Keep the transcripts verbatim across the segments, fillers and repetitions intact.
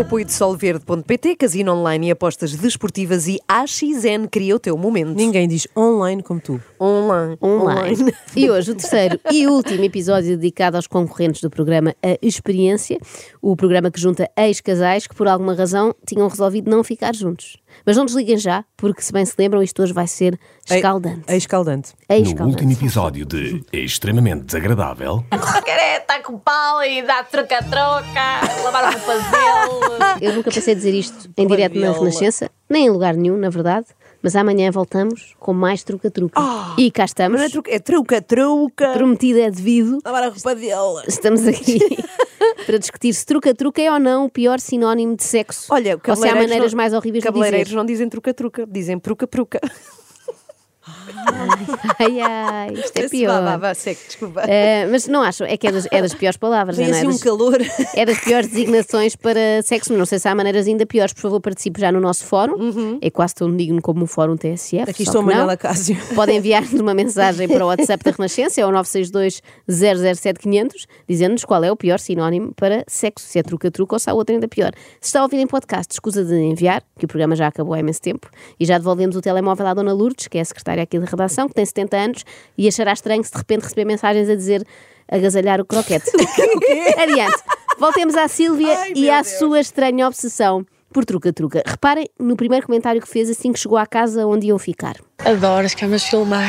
apoio de solverde ponto pt, casino online e apostas desportivas, e A X N cria o teu momento. Ninguém diz online como tu. Online. Online. Online. E hoje o terceiro e último episódio dedicado aos concorrentes do programa A Experiência, o programa que junta ex-casais que por alguma razão tinham resolvido não ficar juntos. Mas não desliguem já, porque se bem se lembram, isto hoje vai ser escaldante. É escaldante. É No escaldante. último episódio de É Extremamente Desagradável, Querer estar com o pau e dar troca-troca, lavar um fazê-lo. Eu nunca pensei dizer isto em direto na viola. Renascença, nem em lugar nenhum, na verdade. Mas amanhã voltamos com mais truca-truca. Oh, e cá estamos. Não é truca, é truca-truca. Prometido é devido. Lavar a roupa dela. Estamos aqui para discutir se truca-truca é ou não o pior sinónimo de sexo. Olha, ou se há maneiras não, mais horríveis de dizer. Cabeleireiros não dizem truca-truca, dizem pruca-pruca. Ai, ai, isto é Esse pior. vá, vá, vá, segue, desculpa. Uh, mas não acho, é que é das, é das piores palavras, Tem não é? assim um Das- calor. É das piores designações para sexo. Não sei se há maneiras ainda piores. Por favor, participe já no nosso fórum. É quase tão digno como o fórum T S F. Aqui só estou a que não. Manuela Cássio. Podem enviar-nos uma mensagem para o WhatsApp da Renascença, é o nove seis dois zero zero sete quinhentos, dizendo-nos qual é o pior sinónimo para sexo, se é truca-truca ou se há outro ainda pior. Se está a ouvir em podcast, escusa de enviar, que o programa já acabou há imenso tempo, e já devolvemos o telemóvel à Dona Lourdes, que é a secretária aqui da redação, que tem setenta anos, e achará estranho se de repente receber mensagens a dizer agasalhar o croquete. Adiante. Voltemos à Sílvia Ai, e meu à Deus. sua estranha obsessão por truca-truca. Reparem no primeiro comentário que fez assim que chegou à casa onde iam ficar. Adoro as camas filmar.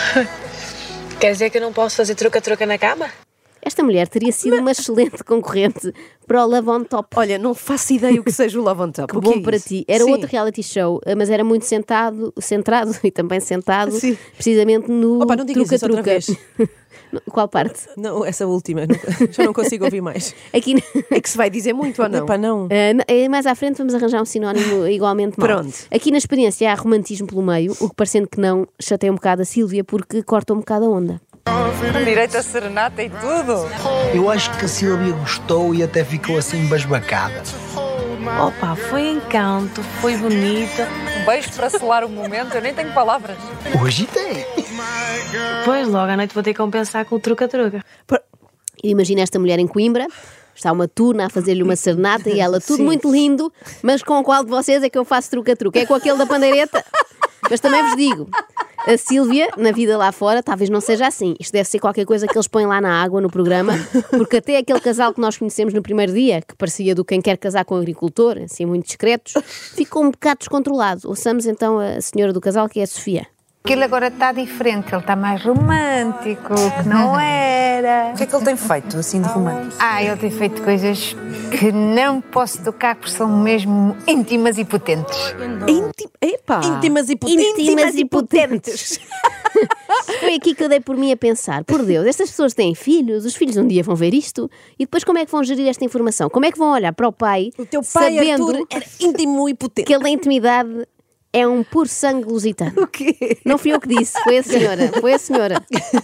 Quer dizer que eu não posso fazer troca-troca na cama? Esta mulher teria sido uma excelente concorrente para o Love on Top. Olha, não faço ideia o que seja o Love on Top. Que O bom que é para isso? ti. Era Sim. outro reality show, mas era muito sentado, centrado e também sentado Sim. precisamente no Opa, não digas isso outra truca-truca. Qual parte? Não, essa última. Não, já não consigo ouvir mais. Aqui. É que se vai dizer muito ou não? Epá, não. Uh, n- eh, mais à frente vamos arranjar um sinónimo igualmente mau. Pronto. Aqui na experiência há romantismo pelo meio, o que parecendo que não chateia um bocado a Sílvia porque corta um bocado a onda. Com direito a serenata e tudo. Eu acho que a Sílvia gostou e até ficou assim embasbacada. Opa, foi encanto, foi bonito. Um beijo para selar o momento, eu nem tenho palavras. Hoje tem. Depois, logo à noite, vou ter que compensar com o truca-truca. Eu imagino esta mulher em Coimbra, está uma turna a fazer-lhe uma serenata e ela, tudo Sim. muito lindo, mas com qual de vocês é que eu faço truca-truca? É com aquele da pandeireta? Mas também vos digo, a Sílvia, na vida lá fora, talvez não seja assim. Isto deve ser qualquer coisa que eles põem lá na água, no programa, porque até aquele casal que nós conhecemos no primeiro dia, que parecia do quem quer casar com o agricultor, assim muito discretos, ficou um bocado descontrolado. Ouçamos então a senhora do casal, que é a Sofia. Ele agora está diferente, ele está mais romântico, que não era. O que é que ele tem feito, assim, de romântico? Ah, ele tem feito coisas que não posso tocar porque são mesmo íntimas e potentes. Íntim... Epá. Íntimas e potentes. Íntimas e potentes. Foi aqui que eu dei por mim a pensar, por Deus, estas pessoas têm filhos, os filhos um dia vão ver isto e depois como é que vão gerir esta informação? Como é que vão olhar para o pai, O teu pai, sabendo Arthur, era íntimo e potente. que ele na intimidade é um puro sangue lusitano? O quê? Não fui eu que disse, foi a senhora, foi a senhora.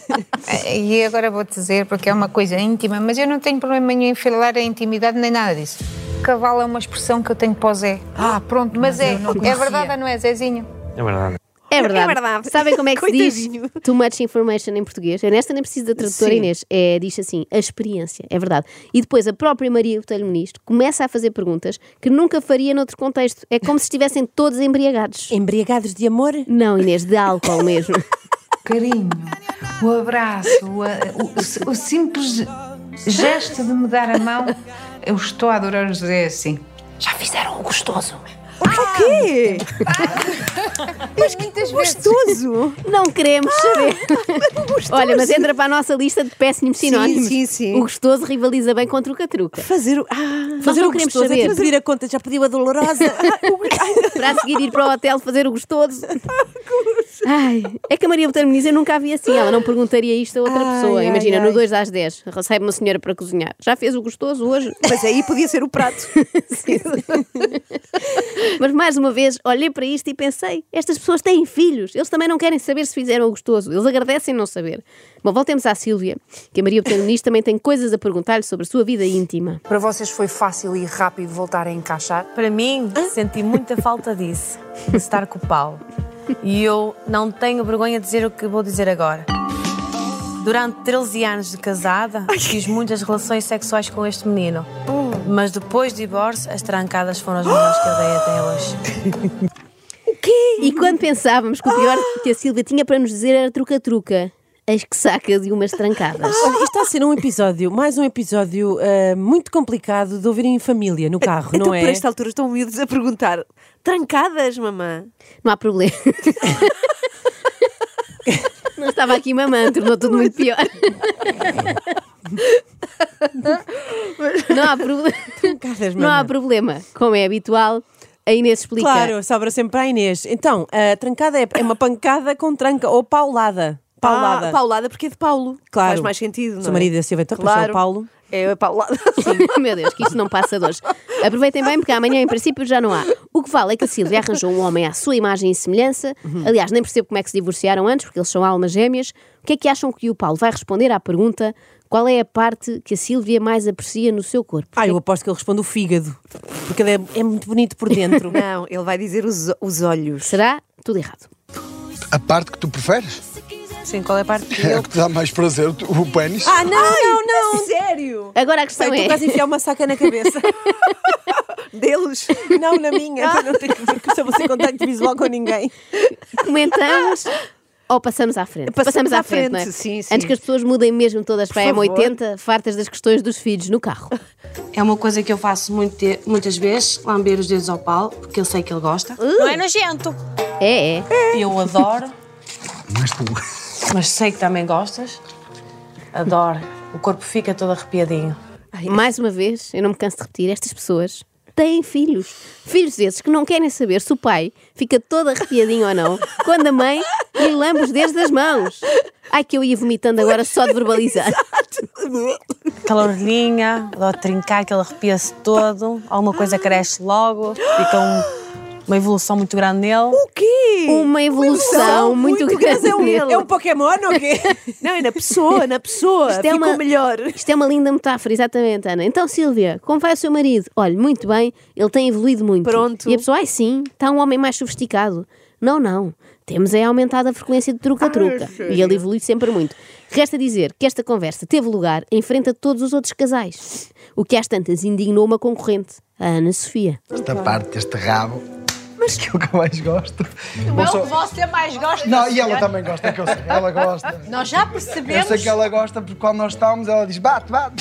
E agora vou-te dizer, porque é uma coisa íntima, mas eu não tenho problema nenhum em falar a intimidade nem nada disso. Cavalo é uma expressão que eu tenho para o Zé. Ah, pronto, mas, é, é verdade ou não é, Zezinho? É verdade. É verdade. É verdade. Sabem como é que se diz Coitadinho. too much information em português? Eu nesta nem preciso da tradutora Sim. Inês. É, diz assim, a experiência. É verdade. E depois a própria Maria Botelho Muniz começa a fazer perguntas que nunca faria noutro contexto. É como se estivessem todos embriagados. Embriagados de amor? Não, Inês, de álcool mesmo. Carinho, o abraço, o, o, o simples gesto de me dar a mão. Eu estou a adorar o José assim. Já fizeram o gostoso? O quê? Mas muitas vezes. Gostoso. Não queremos saber. Olha, mas entra para a nossa lista de péssimos sinónimos. sim, sim. O gostoso rivaliza bem com o truca-truca. Fazer o... Ah, Fazer não o queremos gostoso, é saber. que pedir a conta, já pediu a dolorosa. Para a seguir ir para o hotel fazer o gostoso. Ai, é que a Maria Botelho Muniz eu nunca a vi assim. Ela não perguntaria isto a outra Ai, pessoa. ai, Imagina, ai. no dois às dez, recebe uma senhora para cozinhar. Já fez o gostoso hoje? mas aí podia ser o prato. Sim, sim. Mas mais uma vez olhei para isto e pensei, estas pessoas têm filhos, eles também não querem saber se fizeram o gostoso, eles agradecem não saber. Bom, voltemos à Sílvia, que a Maria Botelho Muniz também tem coisas a perguntar-lhe sobre a sua vida íntima. Para vocês foi fácil e rápido voltar a encaixar? Para mim, senti muita falta disso, de estar com o Paulo. E eu não tenho vergonha de dizer o que vou dizer agora. Durante treze anos de casada, fiz muitas relações sexuais com este menino. Mas depois do divórcio, as trancadas foram as melhores que eu dei até hoje. E quando pensávamos que o pior que a Sílvia tinha para nos dizer era truca-truca, eis que saca de umas trancadas. Olha, isto está a ser um episódio, mais um episódio ah, muito complicado de ouvir em família, no carro, Então, não é? por esta altura, estão miúdos a perguntar: trancadas, mamã? Não há problema. Não estava aqui mamãe, tornou tudo muito pior. Não há problema. Trancadas, Não há mamã. problema. Como é habitual, a Inês explica. Claro, sobra sempre para a Inês. Então, a trancada é, é uma pancada com tranca ou paulada. Paulada. Ah, paulada porque é de Paulo. Claro. Faz mais sentido, não Seu é? marido da Silvia, então, para Claro. o Paulo. É a paulada. Meu Deus, que isto não passa de hoje. Aproveitem bem, porque amanhã, em princípio, já não há. O que vale é que a Sílvia arranjou um homem à sua imagem e semelhança. Aliás, nem percebo como é que se divorciaram antes, porque eles são almas gêmeas. O que é que acham que o Paulo vai responder à pergunta: qual é a parte que a Sílvia mais aprecia no seu corpo? Ah, eu aposto que ele responde o fígado. Porque ele é, é muito bonito por dentro. Não, ele vai dizer os, os olhos. Será? Tudo errado. A parte que tu preferes? Sim, qual é a parte que É eu... a que te dá mais prazer, tu- o pênis? Ah, não, não, não. Sério? Agora a questão Sei, é... tu quase a enfiar uma saca na cabeça. Deles? Não, na minha. Para não ter que ver que estabelecer contacto visual com ninguém. Comentamos ou passamos à frente? Passamos à à frente, frente, não é? sim, sim. Antes que as pessoas mudem mesmo todas para a M favor. oitenta, fartas das questões dos filhos no carro. É uma coisa que eu faço muito te- muitas vezes, lamber os dedos ao Paulo, porque eu sei que ele gosta. Não é nojento. É, é. Eu adoro, Mas tu... mas sei que também gostas. Adoro. O corpo fica todo arrepiadinho. Mais uma vez, eu não me canso de repetir, estas pessoas têm filhos. Filhos esses que não querem saber se o pai fica todo arrepiadinho ou não, quando a mãe lhe lambe os dedos das mãos. Ai, que eu ia vomitando agora só de verbalizar. Aquela orelhinha, adoro trincar, que ele arrepia-se todo. Alguma coisa cresce logo, fica um- uma evolução muito grande nele. O quê? Uma evolução muito, grande é um- nele. É um Pokémon ou quê? Não, é na pessoa, na pessoa. Isto é Ficou uma- melhor. Isto é uma linda metáfora, exatamente, Ana. Então, Sílvia, como vai o seu marido? Olha, muito bem, ele tem evoluído muito. Pronto. E a pessoa, ai sim, está um homem mais sofisticado. Não, não. Temos é aumentado a frequência de truca-truca. E ele evolui sempre muito. Resta dizer que esta conversa teve lugar em frente a todos os outros casais. O que às tantas indignou uma concorrente, a Ana Sofia. Esta parte deste rabo... Mas que é o que eu mais gosto. Não é o que você mais gosta. Não, e ela também gosta, que eu sei. Ela gosta. Nós já Eu percebemos. sei que ela gosta porque quando nós estamos, ela diz bate, bate.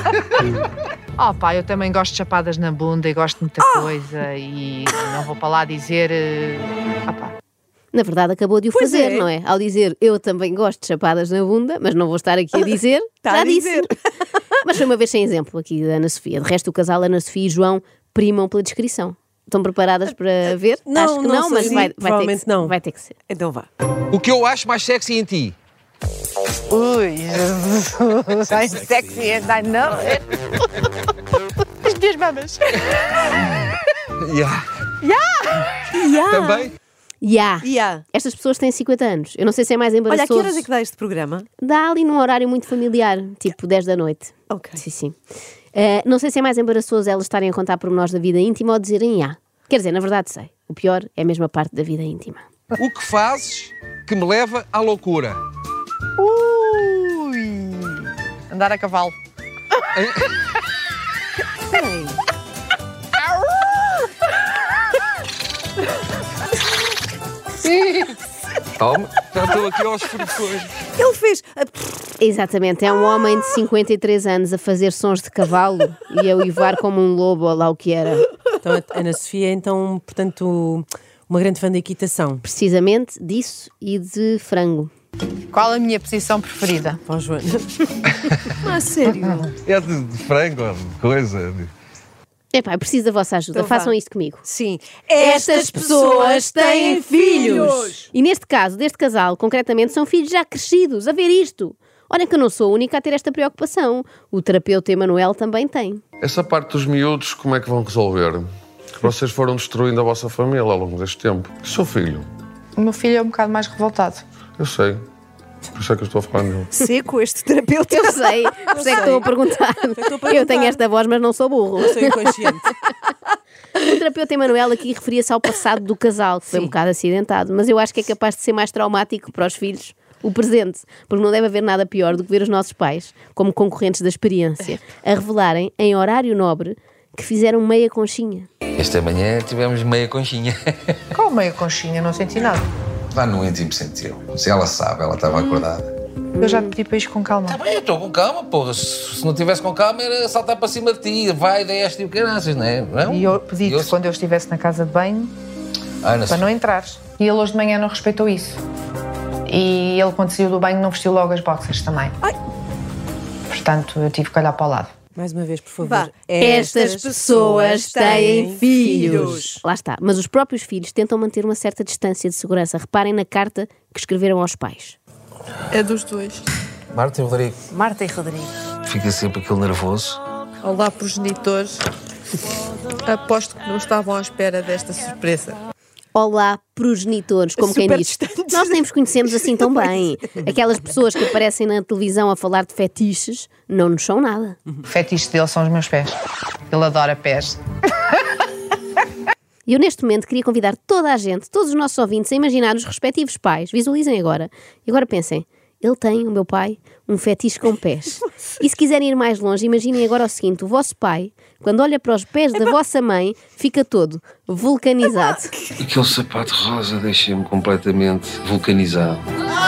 Oh pá, eu também gosto de chapadas na bunda e gosto de muita coisa e não vou para lá dizer... eh, Ah pá. Na verdade, acabou de o Pois fazer, é. não é? Ao dizer, eu também gosto de chapadas na bunda, mas não vou estar aqui a dizer, Está já a dizer. disse. Mas foi uma vez sem exemplo aqui da Ana Sofia. De resto, o casal Ana Sofia e João primam pela descrição. Estão preparadas para ver? Não, Acho que não não, sei. mas Sim, vai, vai, ter provavelmente que, não. vai ter que ser. Então vá. O que eu acho mais sexy em ti? Ui, I'm sexy and I know it. As minhas mamas. Yeah. Yeah. Também? Ya! Yeah. Estas pessoas têm cinquenta anos. Eu não sei se é mais Olha, a embaraçoso. que horas é que dá este programa? Dá ali num horário muito familiar, tipo dez da noite. Ok. Sim, sim. Eh, não sei se é mais embaraçoso elas estarem a contar pormenores da vida íntima ou dizerem ya. Quer dizer, na verdade sei. O pior é a mesma parte da vida íntima. O que fazes que me leva à loucura? Ui! Andar a cavalo. Peraí. Calma, já estou aqui aos furfões. Ele fez. Exatamente, é um homem de cinquenta e três anos a fazer sons de cavalo e a uivar como um lobo, ou lá o que era. Então, a Ana Sofia é, então, portanto, uma grande fã da equitação. Precisamente disso e de frango. Qual a minha posição preferida? Ó, Joana. Ah, sério? É de, de frango, ou de coisa. de- Epá, eu preciso da vossa ajuda. Então vá. Façam isto comigo. Sim. Estas pessoas têm filhos! E neste caso, deste casal, concretamente, são filhos já crescidos. A ver isto. Olha que eu não sou a única a ter esta preocupação. O terapeuta Emanuel também tem. Essa parte dos miúdos, como é que vão resolver? Que vocês foram destruindo a vossa família ao longo deste tempo. E o seu filho? O meu filho é um bocado mais revoltado. Eu sei. Por isso é que eu estou a falar nele. Seco este terapeuta. Eu sei, por isso é que estou a perguntar. Eu tenho esta voz, mas não sou burro. Eu sou inconsciente. O terapeuta Emanuel aqui referia-se ao passado do casal, que foi um bocado acidentado, mas eu acho que é capaz de ser mais traumático para os filhos o presente, porque não deve haver nada pior do que ver os nossos pais, como concorrentes da experiência, a revelarem, em horário nobre, que fizeram meia conchinha. Esta manhã tivemos meia conchinha. Qual meia conchinha? Não senti nada. Lá no íntimo sentiu. Se ela sabe, ela estava acordada. Eu já te pedi para ir com calma. Tá bem, eu estou com calma, porra. Se, se não tivesse com calma, era saltar para cima de ti. Vai, deste e o caraças, não é? Não? E eu pedi-te eu... quando eu estivesse na casa de banho ah, não para não entrares. E ele hoje de manhã não respeitou isso. E ele, quando saiu do banho, não vestiu logo as boxers também. Ai. Portanto, eu tive que olhar para o lado. Mais uma vez, por favor. Vá. Estas pessoas têm filhos. Lá está. Mas os próprios filhos tentam manter uma certa distância de segurança. Reparem na carta que escreveram aos pais. É dos dois. Marta e Rodrigo. Marta e Rodrigo. Fica sempre aquele nervoso. Olá, progenitores. Aposto que não estavam à espera desta surpresa. Olá, progenitores, como quem diz. Distantes. Nós nem vos conhecemos assim tão bem. Aquelas pessoas que aparecem na televisão a falar de fetiches não nos são nada. O fetiche dele são os meus pés. Ele adora pés. E eu, neste momento, queria convidar toda a gente, todos os nossos ouvintes, a imaginar os respectivos pais. Visualizem agora. E agora pensem, ele tem, o meu pai, um fetiche com pés. E se quiserem ir mais longe, imaginem agora o seguinte: o vosso pai, quando olha para os pés da vossa mãe, fica todo vulcanizado. Aquele sapato rosa deixa-me completamente vulcanizado.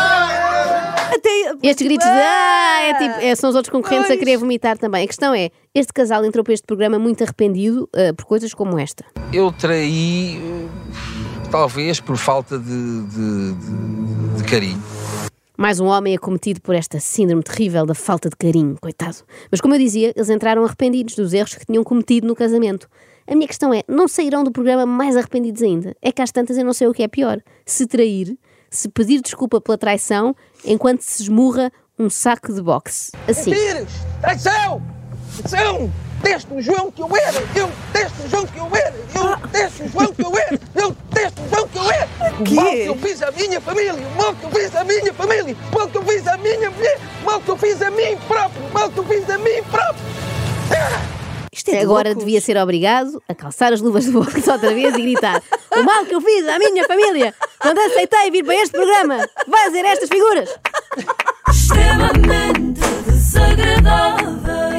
Estes gritos de ah, é tipo, é, são os outros concorrentes a querer vomitar também. A questão é, este casal entrou para este programa muito arrependido uh, por coisas como esta. Eu traí, uh, talvez por falta de, de, de, de carinho. Mais um homem acometido por esta síndrome terrível da falta de carinho, coitado. Mas como eu dizia, eles entraram arrependidos dos erros que tinham cometido no casamento. A minha questão é, não sairão do programa mais arrependidos ainda? É que às tantas eu não sei o que é pior. Se trair, se pedir desculpa pela traição, enquanto se esmurra um saco de boxe. Assim. Mentiras! Traição! Traição! Detesto o João que eu era! Eu detesto o João que eu era! Eu detesto o João que eu era! Eu detesto o João que eu era! O mal que eu fiz à minha família! O mal que eu fiz à minha família! O mal que eu fiz à minha mulher! O mal que eu fiz a mim próprio! O mal que eu fiz a mim próprio! Isto é Agora loucos. Devia ser obrigado a calçar as luvas de boxe outra vez e gritar: o mal que eu fiz à minha família quando aceitei vir para este programa vai fazer estas figuras. Extremamente desagradável.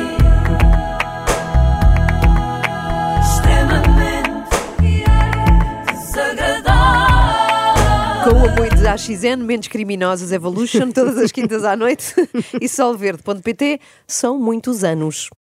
Com o apoio de A X N, Mentes Criminosos Evolution, todas as quintas à noite, e Solverde ponto pt, são muitos anos.